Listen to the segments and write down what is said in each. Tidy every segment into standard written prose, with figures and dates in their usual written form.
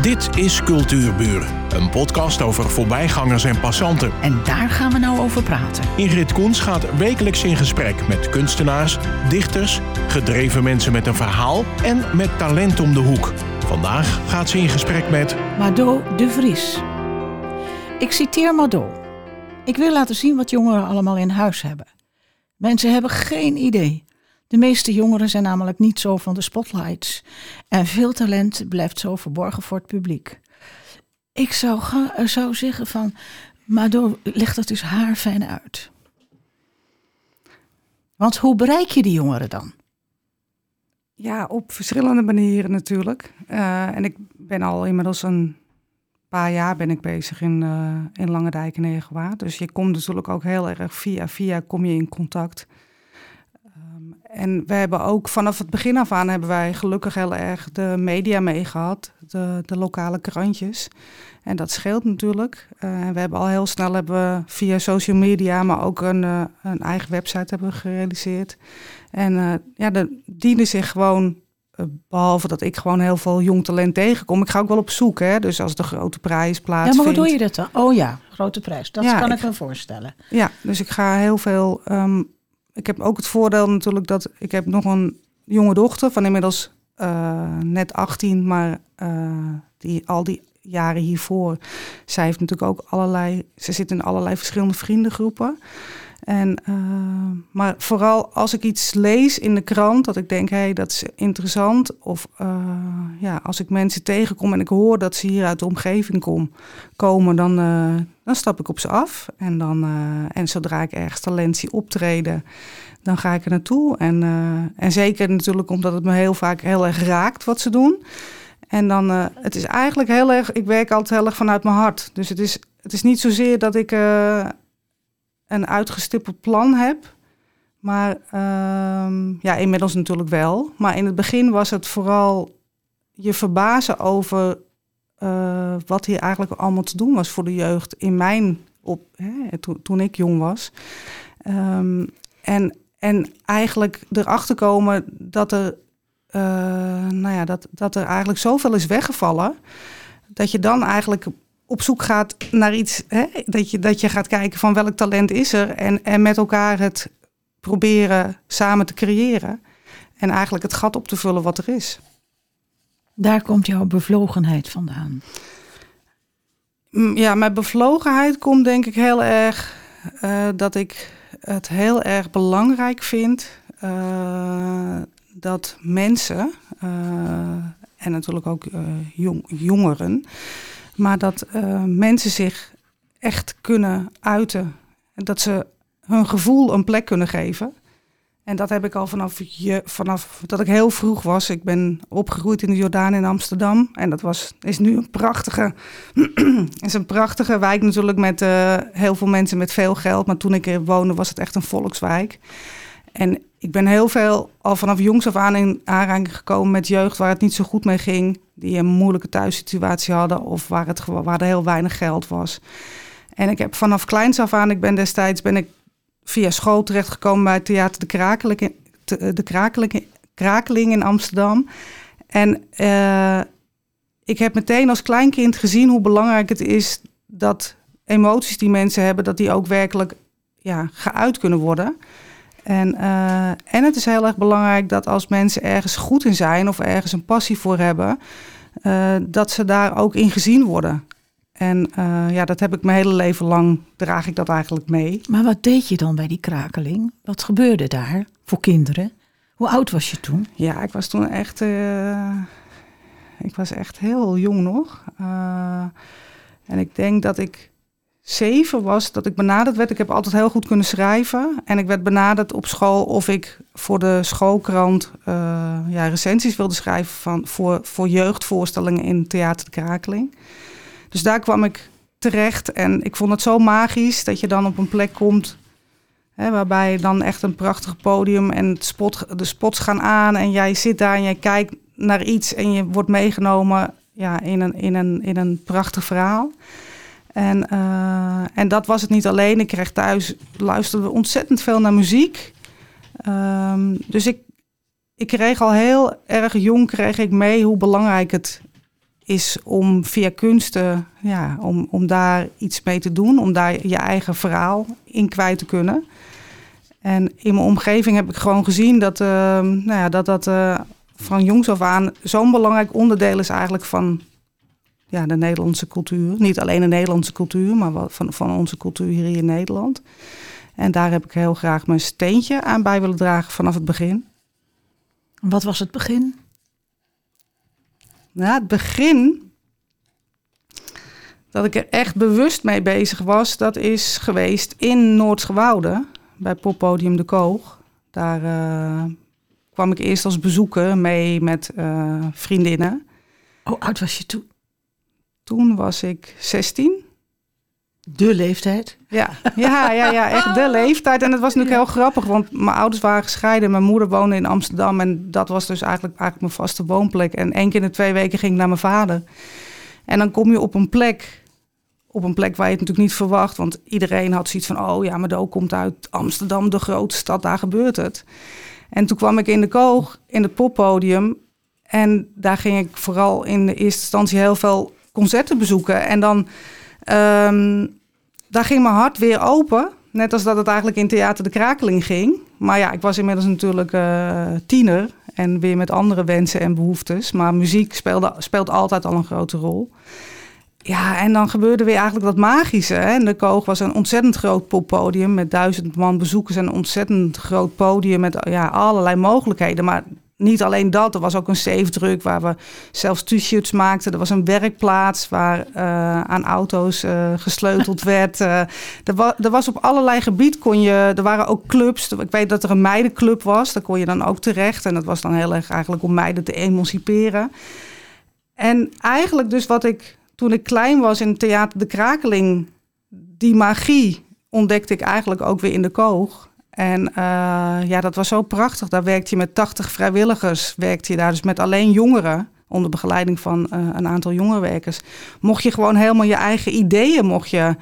Dit is Cultuurburen, een podcast over voorbijgangers en passanten. En daar gaan we nou over praten. Ingrid Koens gaat wekelijks in gesprek met kunstenaars, dichters, gedreven mensen met een verhaal en met talent om de hoek. Vandaag gaat ze in gesprek met Mado de Vries. Ik citeer Mado. Ik wil laten zien wat jongeren allemaal in huis hebben. Mensen hebben geen idee. De meeste jongeren zijn namelijk niet zo van de spotlights. En veel talent blijft zo verborgen voor het publiek. Ik zou zeggen van, Mado, leg dat eens haarfijn uit. Want hoe bereik je die jongeren dan? Ja, op verschillende manieren natuurlijk. En ik ben al inmiddels een paar jaar bezig in Langendijk en Heergewaard. Dus je komt natuurlijk ook heel erg via kom je in contact. En we hebben ook vanaf het begin af aan hebben wij gelukkig heel erg de media meegehad, de lokale krantjes. En dat scheelt natuurlijk. We hebben al heel snel via social media, maar ook een eigen website hebben we gerealiseerd. En dat dienen zich gewoon, behalve dat ik gewoon heel veel jong talent tegenkom. Ik ga ook wel op zoek, hè. Dus als de grote prijs plaatsvindt. Ja, maar hoe doe je dat dan? Oh ja, grote prijs. Dat kan ik me voorstellen. Ja, dus ik ga heel veel. Ik heb ook het voordeel natuurlijk dat ik heb nog een jonge dochter van inmiddels net 18, maar al die jaren hiervoor, zij heeft natuurlijk ook ze zit in allerlei verschillende vriendengroepen. Maar vooral als ik iets lees in de krant, dat ik denk, dat is interessant. Of als ik mensen tegenkom en ik hoor dat ze hier uit de omgeving komen, dan stap ik op ze af. En zodra ik ergens talent zie optreden, dan ga ik er naartoe. En zeker natuurlijk omdat het me heel vaak heel erg raakt wat ze doen. En dan, het is eigenlijk heel erg, ik werk altijd heel erg vanuit mijn hart. Dus het is niet zozeer dat ik een uitgestippeld plan heb. Maar inmiddels natuurlijk wel. Maar in het begin was het vooral je verbazen over wat hier eigenlijk allemaal te doen was voor de jeugd in toen ik jong was. En eigenlijk erachter komen dat er dat er eigenlijk zoveel is weggevallen, dat je dan eigenlijk op zoek gaat naar iets, dat je gaat kijken van welk talent is er en met elkaar het proberen samen te creëren en eigenlijk het gat op te vullen wat er is. Daar komt jouw bevlogenheid vandaan. Ja, mijn bevlogenheid komt denk ik heel erg dat ik het heel erg belangrijk vind dat mensen, en natuurlijk ook jongeren, maar dat mensen zich echt kunnen uiten. En dat ze hun gevoel een plek kunnen geven. En dat heb ik al vanaf dat ik heel vroeg was. Ik ben opgegroeid in de Jordaan in Amsterdam. En dat is nu een prachtige wijk natuurlijk met heel veel mensen met veel geld. Maar toen ik er woonde was het echt een volkswijk. En ik ben heel veel al vanaf jongs af aan in aanraking gekomen met jeugd waar het niet zo goed mee ging. Die een moeilijke thuissituatie hadden of waar er heel weinig geld was. En ik heb vanaf kleins af aan, destijds ben ik via school terechtgekomen bij het Theater de Krakeling in Amsterdam. En ik heb meteen als kleinkind gezien hoe belangrijk het is dat emoties die mensen hebben, dat die ook werkelijk geuit kunnen worden. En het is heel erg belangrijk dat als mensen ergens goed in zijn of ergens een passie voor hebben, dat ze daar ook in gezien worden. En dat heb ik mijn hele leven lang, draag ik dat eigenlijk mee. Maar wat deed je dan bij die Krakeling? Wat gebeurde daar voor kinderen? Hoe oud was je toen? Ja, ik was toen echt heel jong nog. En ik denk dat ik 7 was, dat ik benaderd werd. Ik heb altijd heel goed kunnen schrijven. En ik werd benaderd op school of ik voor de schoolkrant recensies wilde schrijven voor jeugdvoorstellingen in Theater de Krakeling. Dus daar kwam ik terecht en ik vond het zo magisch dat je dan op een plek komt waarbij je dan echt een prachtig podium en de spots gaan aan en jij zit daar en jij kijkt naar iets en je wordt meegenomen in een prachtig verhaal. En dat was het niet alleen. Ik kreeg thuis, luisterden we ontzettend veel naar muziek. Dus ik kreeg al heel erg jong mee hoe belangrijk het is om via kunsten, om daar iets mee te doen. Om daar je eigen verhaal in kwijt te kunnen. En in mijn omgeving heb ik gewoon gezien dat van jongs af aan zo'n belangrijk onderdeel is eigenlijk van de Nederlandse cultuur. Niet alleen de Nederlandse cultuur, maar van onze cultuur hier in Nederland. En daar heb ik heel graag mijn steentje aan bij willen dragen vanaf het begin. Wat was het begin? Nou, het begin dat ik er echt bewust mee bezig was, dat is geweest in Noordsche bij poppodium De Koog. Daar kwam ik eerst als bezoeker mee met vriendinnen. Hoe oud was je toen? Toen was ik 16. De leeftijd? Ja, echt de leeftijd. En het was natuurlijk heel grappig, want mijn ouders waren gescheiden. Mijn moeder woonde in Amsterdam en dat was dus eigenlijk mijn vaste woonplek. En 1 keer in de 2 weken ging ik naar mijn vader. En dan kom je op een plek waar je het natuurlijk niet verwacht. Want iedereen had zoiets van, Mado komt uit Amsterdam, de grote stad, daar gebeurt het. En toen kwam ik in De Koog, in het poppodium. En daar ging ik vooral in de eerste instantie heel veel concerten bezoeken. En dan daar ging mijn hart weer open. Net als dat het eigenlijk in Theater De Krakeling ging. Maar ja, ik was inmiddels natuurlijk tiener. En weer met andere wensen en behoeftes. Maar muziek speelt altijd al een grote rol. Ja, en dan gebeurde weer eigenlijk dat magische. Hè? En De Koog was een ontzettend groot poppodium met 1000 man bezoekers. En een ontzettend groot podium met allerlei mogelijkheden. Maar niet alleen dat, er was ook een zeefdruk waar we zelfs t-shirts maakten. Er was een werkplaats waar aan auto's gesleuteld werd. Er was op allerlei gebieden er waren ook clubs. Ik weet dat er een meidenclub was, daar kon je dan ook terecht. En dat was dan heel erg eigenlijk om meiden te emanciperen. En eigenlijk dus toen ik klein was in het Theater De Krakeling, die magie ontdekte ik eigenlijk ook weer in De Koog. En dat was zo prachtig. Daar werkte je met 80 vrijwilligers. Werkte je daar dus met alleen jongeren. Onder begeleiding van een aantal jongerenwerkers. Mocht je gewoon helemaal je eigen ideeën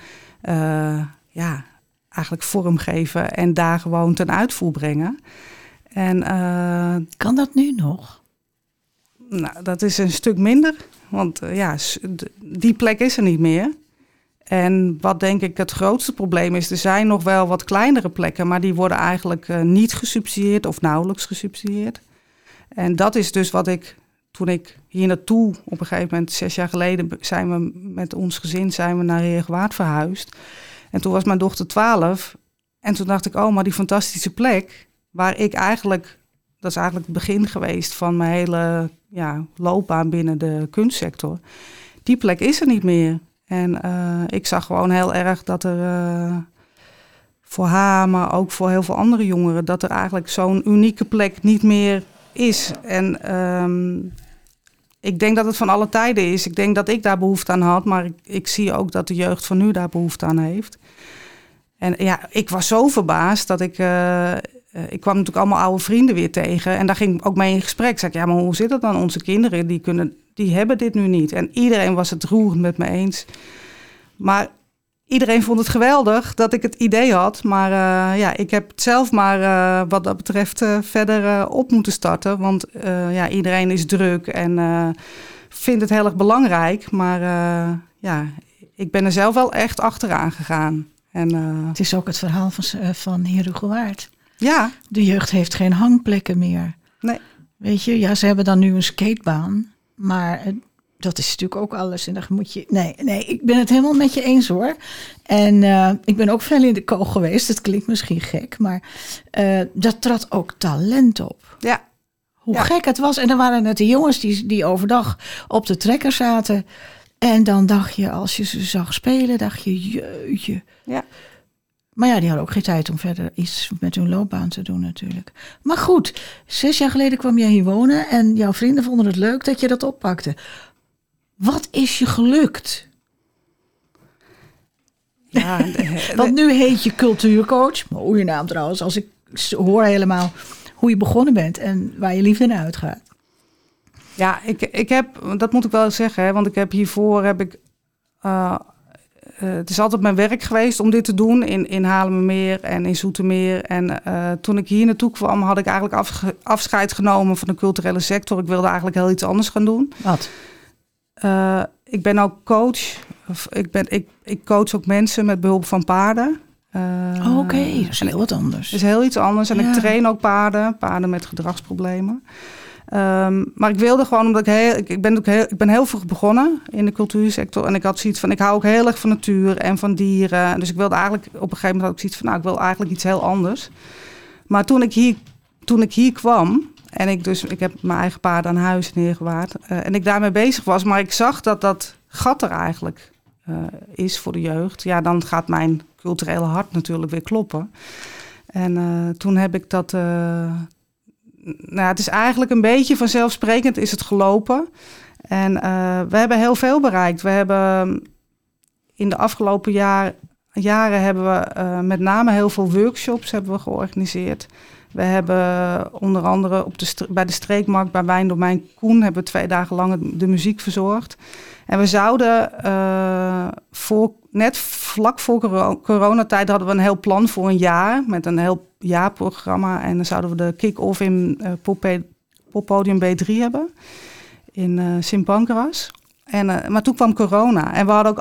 eigenlijk vormgeven. En daar gewoon ten uitvoer brengen. En, kan dat nu nog? Nou, dat is een stuk minder. Want die plek is er niet meer. En wat denk ik het grootste probleem is, er zijn nog wel wat kleinere plekken, maar die worden eigenlijk niet gesubsidieerd of nauwelijks gesubsidieerd. En dat is dus toen ik hier naartoe, op een gegeven moment 6 jaar geleden, zijn we met ons gezin naar Heergewaard verhuisd. En toen was mijn dochter 12. En toen dacht ik, maar die fantastische plek, waar ik eigenlijk, dat is eigenlijk het begin geweest van mijn hele loopbaan binnen de kunstsector. Die plek is er niet meer. En ik zag gewoon heel erg dat er voor haar, maar ook voor heel veel andere jongeren, dat er eigenlijk zo'n unieke plek niet meer is. En ik denk dat het van alle tijden is. Ik denk dat ik daar behoefte aan had, maar ik zie ook dat de jeugd van nu daar behoefte aan heeft. En ik was zo verbaasd dat ik kwam natuurlijk allemaal oude vrienden weer tegen. En daar ging ik ook mee in gesprek. Ik zei, maar hoe zit het dan? Onze kinderen, die hebben dit nu niet. En iedereen was het roerend met me eens. Maar iedereen vond het geweldig dat ik het idee had. Maar ik heb het zelf maar wat dat betreft verder op moeten starten. Want iedereen is druk en vindt het heel erg belangrijk. Maar ik ben er zelf wel echt achteraan gegaan. En, het is ook het verhaal van Heerhugowaard. Ja. De jeugd heeft geen hangplekken meer. Nee. Weet je, ze hebben dan nu een skatebaan. Maar dat is natuurlijk ook alles. En dan moet je. Nee, ik ben het helemaal met je eens hoor. En ik ben ook veel in De Koog geweest. Het klinkt misschien gek, maar dat trad ook talent op. Ja. Hoe gek het was. En dan waren het de jongens die overdag op de trekker zaten. En dan dacht je, als je ze zag spelen, dacht je, jeetje. Ja. Maar die hadden ook geen tijd om verder iets met hun loopbaan te doen natuurlijk. Maar goed, 6 jaar geleden kwam jij hier wonen en jouw vrienden vonden het leuk dat je dat oppakte. Wat is je gelukt? Ja, want nu heet je cultuurcoach. Mooie naam trouwens, als ik hoor helemaal hoe je begonnen bent en waar je liefde naar uitgaat. Ja, ik heb, dat moet ik wel zeggen, hè, want het is altijd mijn werk geweest om dit te doen in Haarlemmermeer en in Zoetermeer. En toen ik hier naartoe kwam, had ik eigenlijk afscheid genomen van de culturele sector. Ik wilde eigenlijk heel iets anders gaan doen. Wat? Ik ben ook coach. Ik coach ook mensen met behulp van paarden. Oké, dat is heel wat anders. Dat is heel iets anders. En ik train ook paarden met gedragsproblemen. Maar ik wilde gewoon, omdat ik ben heel vroeg begonnen in de cultuursector. En ik had zoiets van, ik hou ook heel erg van natuur en van dieren. Dus ik wilde eigenlijk, op een gegeven moment had ik zoiets van, ik wil eigenlijk iets heel anders. Maar toen ik hier kwam, en ik heb mijn eigen paarden aan huis neergewaard. En ik daarmee bezig was, maar ik zag dat gat er eigenlijk is voor de jeugd. Ja, dan gaat mijn culturele hart natuurlijk weer kloppen. En toen heb ik dat... het is eigenlijk een beetje vanzelfsprekend is het gelopen. En we hebben heel veel bereikt. We hebben in de afgelopen jaren hebben we met name heel veel workshops hebben we georganiseerd. We hebben onder andere bij de streekmarkt bij Wijndomein Koen hebben we 2 dagen lang de muziek verzorgd. En we zouden net vlak voor coronatijd hadden we een heel plan voor een jaar met een heel jaarprogramma. En dan zouden we de kick-off in Poppodium B3 hebben in Sint Pancras. Maar toen kwam corona en we hadden ook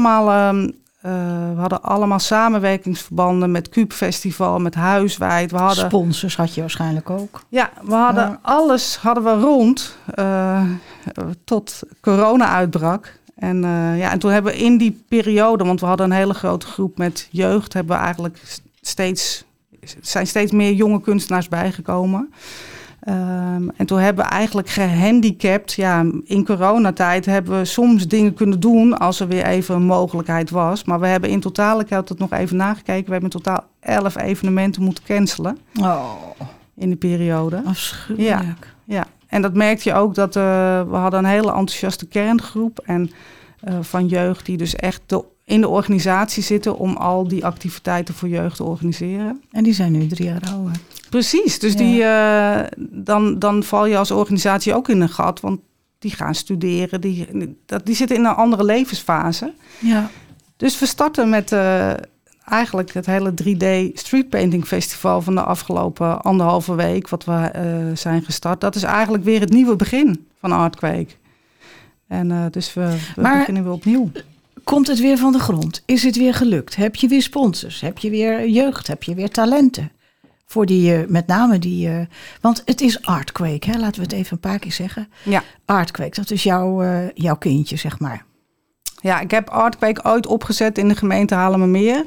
allemaal samenwerkingsverbanden met Cube Festival, met Huiswijd. Sponsors had je waarschijnlijk ook. Ja, we hadden alles rond tot corona uitbrak. En toen hebben we in die periode, want we hadden een hele grote groep met jeugd, hebben we eigenlijk zijn steeds meer jonge kunstenaars bijgekomen. En toen hebben we eigenlijk gehandicapt. Ja, in coronatijd hebben we soms dingen kunnen doen als er weer even een mogelijkheid was. Maar we hebben in totaal, ik heb het nog even nagekeken, we hebben in totaal 11 evenementen moeten cancelen. In die periode. Afschuwelijk. Ja. En dat merkte je ook dat we hadden een hele enthousiaste kerngroep en van jeugd die dus echt in de organisatie zitten om al die activiteiten voor jeugd te organiseren. En die zijn nu 3 jaar ouder. Precies, dus dan val je als organisatie ook in een gat, want die gaan studeren, die zitten in een andere levensfase. Ja. Dus we starten met eigenlijk het hele 3D Street Painting Festival van de afgelopen 1,5 week, wat we zijn gestart. Dat is eigenlijk weer het nieuwe begin van Artquake. En dus we beginnen weer opnieuw. Komt het weer van de grond? Is het weer gelukt? Heb je weer sponsors? Heb je weer jeugd? Heb je weer talenten? Voor met name want het is Artquake, hè? Laten we het even een paar keer zeggen. Ja. Artquake, dat is jouw kindje, zeg maar. Ja, ik heb Artquake ooit opgezet in de gemeente Haarlemmermeer.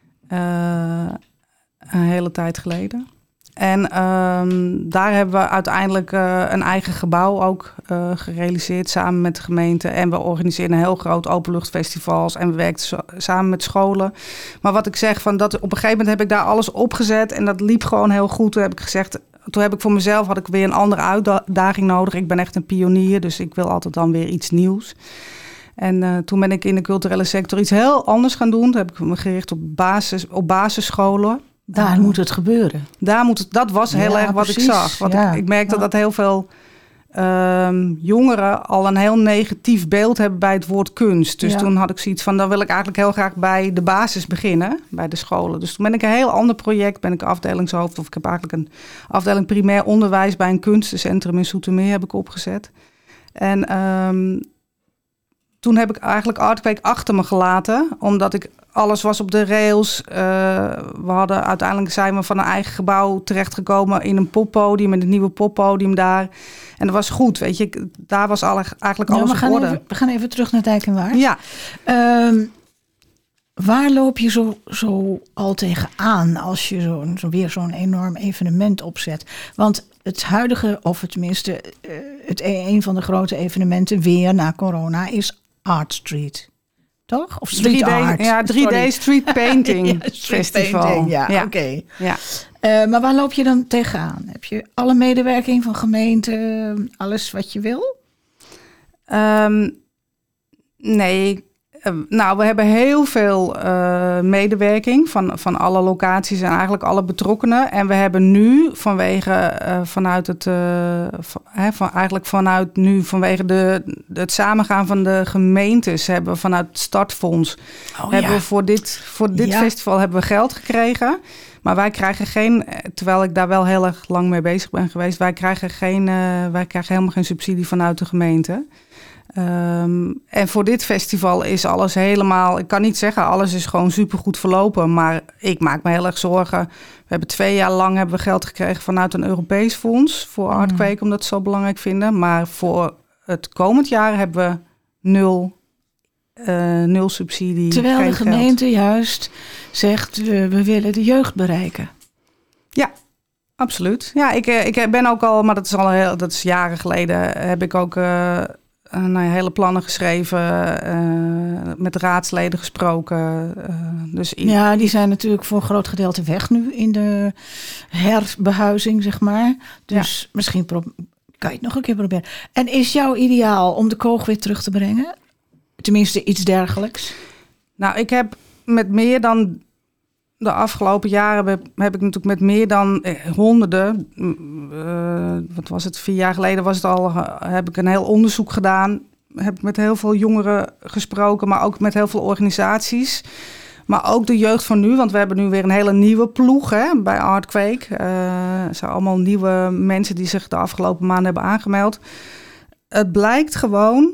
Een hele tijd geleden. En daar hebben we uiteindelijk een eigen gebouw ook gerealiseerd samen met de gemeente. En we organiseren een heel groot openluchtfestivals en we werken samen met scholen. Maar wat ik zeg, op een gegeven moment heb ik daar alles opgezet en dat liep gewoon heel goed. Toen heb ik gezegd, voor mezelf had ik weer een andere uitdaging nodig. Ik ben echt een pionier, dus ik wil altijd dan weer iets nieuws. En toen ben ik in de culturele sector iets heel anders gaan doen. Toen heb ik me gericht op basisscholen. Daar moet het gebeuren. Dat was heel erg wat precies. Ik zag. Ik merkte dat heel veel jongeren al een heel negatief beeld hebben bij het woord kunst. Dus toen had ik zoiets van, dan wil ik eigenlijk heel graag bij de basis beginnen, bij de scholen. Dus toen ben ik een heel ander project, ben ik afdelingshoofd, of ik heb eigenlijk een afdeling primair onderwijs bij een kunstencentrum in Zoetermeer heb ik opgezet. En toen heb ik eigenlijk Artquake achter me gelaten, omdat alles was op de rails. Uiteindelijk zijn we van een eigen gebouw terechtgekomen in een poppodium, in het nieuwe poppodium daar. En dat was goed, weet je. Daar was eigenlijk alles op orde. We gaan even terug naar Dijk en Waard. Ja. Waar loop je zo al tegenaan als je weer zo'n enorm evenement opzet? Want het huidige, of tenminste een van de grote evenementen weer na corona is Art Street. Toch? Of Street Art. Ja, 3D Street Painting Festival. Painting, ja. Oké. Ja. Maar waar loop je dan tegenaan? Heb je alle medewerking van gemeente, alles wat je wil? Nee. We hebben heel veel medewerking van alle locaties en eigenlijk alle betrokkenen. En we hebben nu vanwege het samengaan van de gemeentes, hebben we vanuit het startfonds hebben we voor dit festival hebben we geld gekregen. Maar wij krijgen terwijl ik daar wel heel erg lang mee bezig ben geweest, wij krijgen helemaal geen subsidie vanuit de gemeente. En voor dit festival is alles helemaal... Ik kan niet zeggen, alles is gewoon supergoed verlopen. Maar ik maak me heel erg zorgen. We hebben 2 jaar lang geld gekregen vanuit een Europees fonds voor Artquake, omdat we het zo belangrijk vinden. Maar voor het komend jaar hebben we 0 subsidie. Terwijl geen de gemeente geld. juist zegt, we willen de jeugd bereiken. Ja, absoluut. Ja, ik ben ook al, maar dat is jaren geleden, heb ik ook hele plannen geschreven, met raadsleden gesproken. Dus Ja, die zijn natuurlijk voor een groot gedeelte weg nu in de herbehuizing, zeg maar. Dus misschien kan je het nog een keer proberen. En is jouw ideaal om de koog weer terug te brengen? Tenminste, iets dergelijks? Nou, ik heb met meer dan... De afgelopen jaren heb ik natuurlijk met meer dan honderden... wat was het, 4 jaar geleden was het al... heb ik een heel onderzoek gedaan. Heb ik met heel veel jongeren gesproken, maar ook met heel veel organisaties. Maar ook de jeugd van nu, want we hebben nu weer een hele nieuwe ploeg bij Artquake. Het zijn allemaal nieuwe mensen die zich de afgelopen maanden hebben aangemeld. Het blijkt gewoon...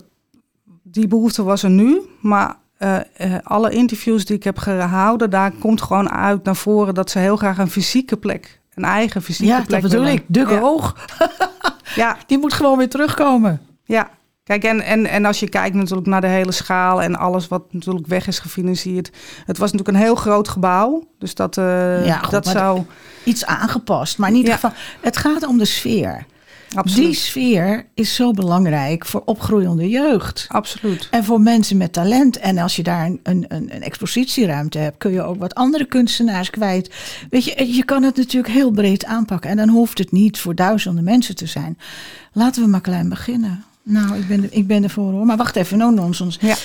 Die behoefte was er nu, maar alle interviews die ik heb gehouden, daar komt gewoon uit naar voren dat ze heel graag een fysieke plek, een eigen fysieke plek Ja, dat bedoel ik. De koog. Ja. Die moet gewoon weer terugkomen. Ja, kijk, en als je kijkt natuurlijk naar de hele schaal en alles wat natuurlijk weg is gefinancierd. Het was natuurlijk een heel groot gebouw, dus dat zou... Iets aangepast, maar in ieder geval, het gaat om de sfeer. Absoluut. Die sfeer is zo belangrijk voor opgroeiende jeugd. Absoluut. En voor mensen met talent. En als je daar een expositieruimte hebt, kun je ook wat andere kunstenaars kwijt. Weet je kan het natuurlijk heel breed aanpakken. En dan hoeft het niet voor duizenden mensen te zijn. Laten we maar klein beginnen. Nou, ik ben ervoor hoor. Maar wacht even, no nonsense. Ja.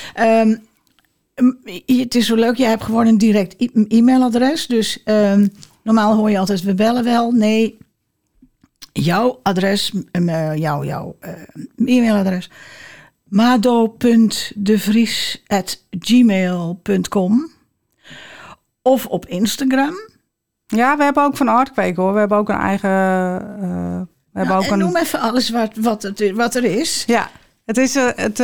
Het is zo leuk, jij hebt gewoon een direct e-mailadres. Dus normaal hoor je altijd, we bellen wel. Nee, jouw adres, jouw e-mailadres, mado.devries@gmail.com of op Instagram. Ja, we hebben ook van Artquake hoor. We hebben ook een eigen... Noem even alles wat er is. Ja, het is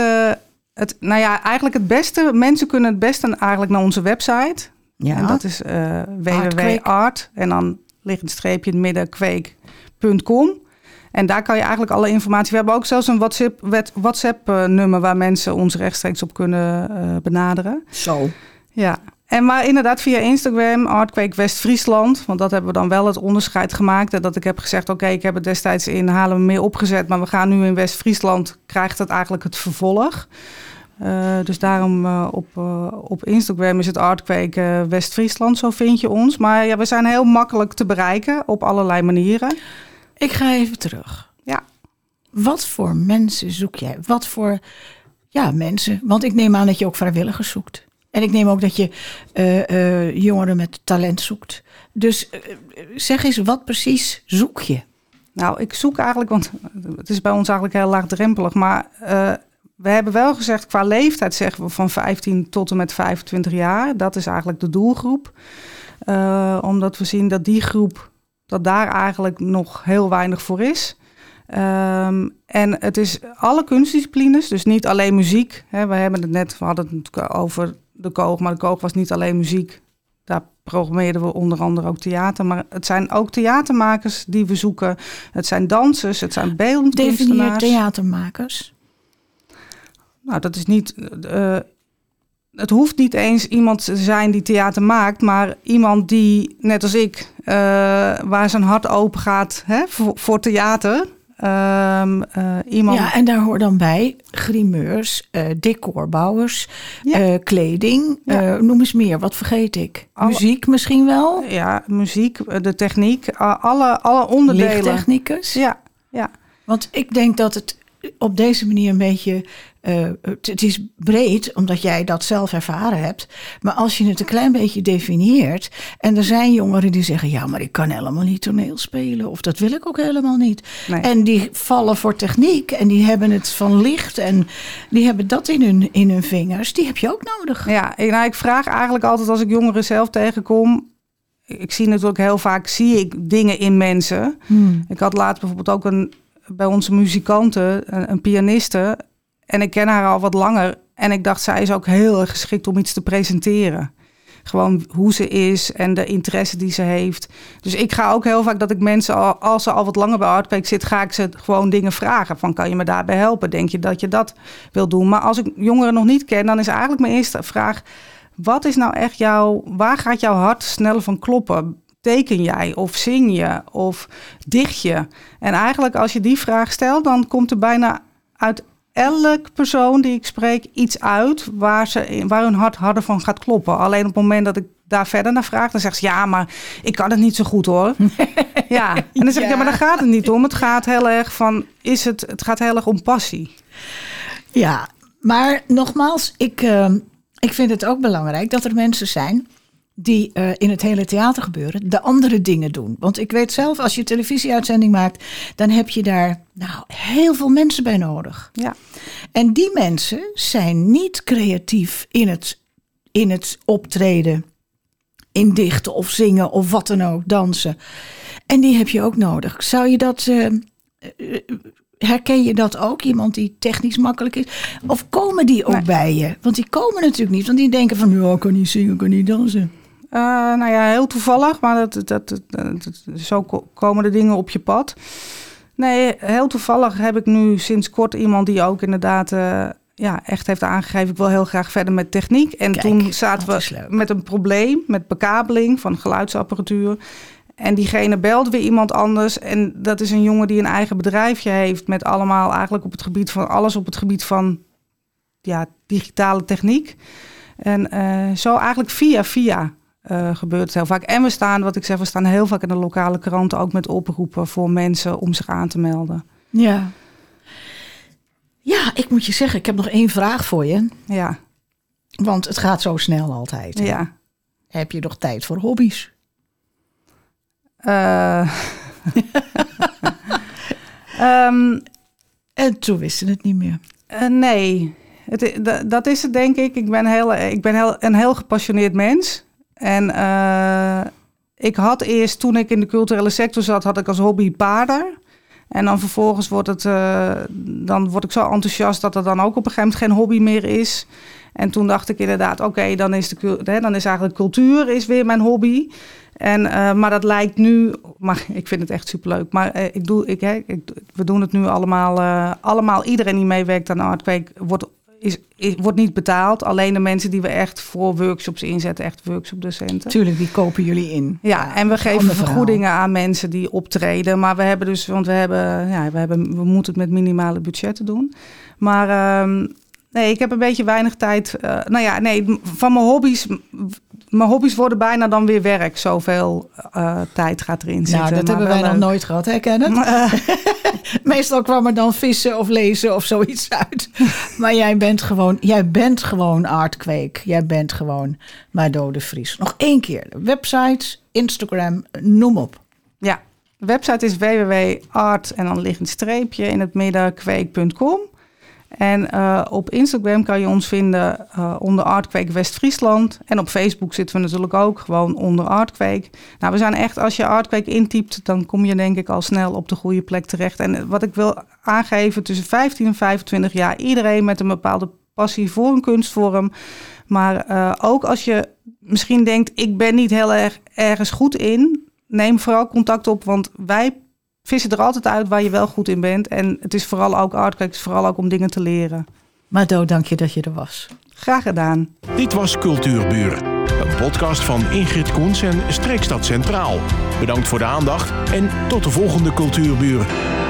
eigenlijk het beste. Mensen kunnen het beste eigenlijk naar onze website. Ja. En dat is www.art en dan ligt het streepje in het midden kweek.com. En daar kan je eigenlijk alle informatie... We hebben ook zelfs een WhatsApp-nummer waar mensen ons rechtstreeks op kunnen benaderen. Zo. Ja. Maar inderdaad via Instagram, Artquake West-Friesland. Want dat hebben we dan wel het onderscheid gemaakt. En dat ik heb gezegd, oké, ik heb het destijds in Haarlemmermeer opgezet. Maar we gaan nu in West-Friesland, krijgt het eigenlijk het vervolg. Dus daarom op Instagram is het Artquake West-Friesland. Zo vind je ons. Maar ja, we zijn heel makkelijk te bereiken op allerlei manieren. Ik ga even terug. Ja. Wat voor mensen zoek jij? Wat voor mensen? Want ik neem aan dat je ook vrijwilligers zoekt. En ik neem ook dat je jongeren met talent zoekt. Dus zeg eens, wat precies zoek je? Nou, ik zoek eigenlijk, want het is bij ons eigenlijk heel laagdrempelig. Maar we hebben wel gezegd, qua leeftijd zeggen we van 15 tot en met 25 jaar. Dat is eigenlijk de doelgroep. Omdat we zien dat die groep, dat daar eigenlijk nog heel weinig voor is. En het is alle kunstdisciplines, dus niet alleen muziek. We hadden het natuurlijk over de koog, maar de koog was niet alleen muziek. Daar programmeerden we onder andere ook theater. Maar het zijn ook theatermakers die we zoeken. Het zijn dansers, het zijn beeldend kunstenaars. Definieer theatermakers. Nou, dat is niet... het hoeft niet eens iemand te zijn die theater maakt, maar iemand die, net als ik, waar zijn hart open gaat voor theater. Iemand... Ja, en daar hoort dan bij grimeurs, decorbouwers, kleding. Ja. Noem eens meer, wat vergeet ik? Muziek misschien wel? Ja, muziek, de techniek, alle onderdelen. Lichttechnicus? Ja. Want ik denk dat het op deze manier een beetje... het is breed, omdat jij dat zelf ervaren hebt. Maar als je het een klein beetje definieert... en er zijn jongeren die zeggen... ja, maar ik kan helemaal niet toneel spelen. Of dat wil ik ook helemaal niet. Nee. En die vallen voor techniek. En die hebben het van licht. En die hebben dat in hun vingers. Die heb je ook nodig. Ja, ik vraag eigenlijk altijd als ik jongeren zelf tegenkom... Ik zie natuurlijk heel vaak dingen in mensen. Ik had laatst bijvoorbeeld ook bij onze muzikanten, een pianiste. En ik ken haar al wat langer. En ik dacht, zij is ook heel erg geschikt om iets te presenteren. Gewoon hoe ze is en de interesse die ze heeft. Dus ik ga ook heel vaak dat ik mensen, als ze al wat langer bij Artquake zit, ga ik ze gewoon dingen vragen. Van, kan je me daarbij helpen? Denk je dat je dat wil doen? Maar als ik jongeren nog niet ken, dan is eigenlijk mijn eerste vraag, wat is nou echt waar gaat jouw hart sneller van kloppen? Teken jij of zing je of dicht je? En eigenlijk als je die vraag stelt, dan komt er bijna uit elk persoon die ik spreek iets uit waar hun hart harder van gaat kloppen. Alleen op het moment dat ik daar verder naar vraag, dan zegt ze, ja, maar ik kan het niet zo goed hoor. Ja, en dan zeg ik, ja, maar daar gaat het niet om. Het gaat heel erg het gaat heel erg om passie. Ja, maar nogmaals, ik vind het ook belangrijk dat er mensen zijn die in het hele theatergebeuren de andere dingen doen. Want ik weet zelf, als je televisieuitzending maakt, dan heb je daar heel veel mensen bij nodig. Ja. En die mensen zijn niet creatief in het optreden, in dichten of zingen of wat dan ook, dansen. En die heb je ook nodig. Zou je dat... herken je dat ook? Iemand die technisch makkelijk is? Of komen die ook bij je? Want die komen natuurlijk niet. Want die denken van, ja, ik kan niet zingen, ik kan niet dansen. Heel toevallig. Maar zo komen de dingen op je pad. Nee, heel toevallig heb ik nu sinds kort iemand die ook inderdaad echt heeft aangegeven, ik wil heel graag verder met techniek. En kijk, toen zaten we met een probleem met bekabeling van geluidsapparatuur. En diegene belde weer iemand anders. En dat is een jongen die een eigen bedrijfje heeft met allemaal eigenlijk op het gebied van alles op het gebied van digitale techniek. En zo eigenlijk via gebeurt het heel vaak. En we staan heel vaak in de lokale kranten ook met oproepen voor mensen om zich aan te melden. Ja. Ja, ik moet je zeggen, ik heb nog 1 vraag voor je. Ja. Want het gaat zo snel altijd. Hè? Ja. Heb je nog tijd voor hobby's? En toen wisten het niet meer. Nee, dat is het denk ik. Ik ben een heel gepassioneerd mens. En ik had eerst, toen ik in de culturele sector zat, had ik als hobby paarden. En dan vervolgens word ik zo enthousiast dat het dan ook op een gegeven moment geen hobby meer is. En toen dacht ik inderdaad, oké, dan is eigenlijk cultuur is weer mijn hobby. Maar dat lijkt nu, maar ik vind het echt superleuk. Maar we doen het nu allemaal. Iedereen die meewerkt aan Artquake wordt niet betaald. Alleen de mensen die we echt voor workshops inzetten, echt workshopdocenten. Tuurlijk, die kopen jullie in. Ja, en we geven vergoedingen aan mensen die optreden. Maar we hebben dus, we moeten het met minimale budgetten doen. Maar nee, ik heb een beetje weinig tijd. Van mijn hobby's worden bijna dan weer werk. Zoveel tijd gaat erin zitten. Nou, dat hebben wij nog nooit gehad, hè, Kenneth? Meestal kwam er dan vissen of lezen of zoiets uit. Maar jij bent gewoon Artquake. Jij bent gewoon Mado de Vries. Nog 1 keer. Websites, Instagram, noem op. Ja, de website is www.art en dan liggend streepje in het midden quake.com. En op Instagram kan je ons vinden onder Artquake West-Friesland. En op Facebook zitten we natuurlijk ook gewoon onder Artquake. Nou, we zijn echt, als je Artquake intypt, dan kom je denk ik al snel op de goede plek terecht. En wat ik wil aangeven, tussen 15 en 25 jaar, iedereen met een bepaalde passie voor een kunstvorm. Maar ook als je misschien denkt, ik ben niet heel erg ergens goed in, neem vooral contact op, want wij vissen er altijd uit waar je wel goed in bent. En het is vooral ook Artquake, is vooral ook om dingen te leren. Mado, dank je dat je er was. Graag gedaan. Dit was Cultuurbuur, een podcast van Ingrid Koens en Streekstad Centraal. Bedankt voor de aandacht en tot de volgende Cultuurbuur.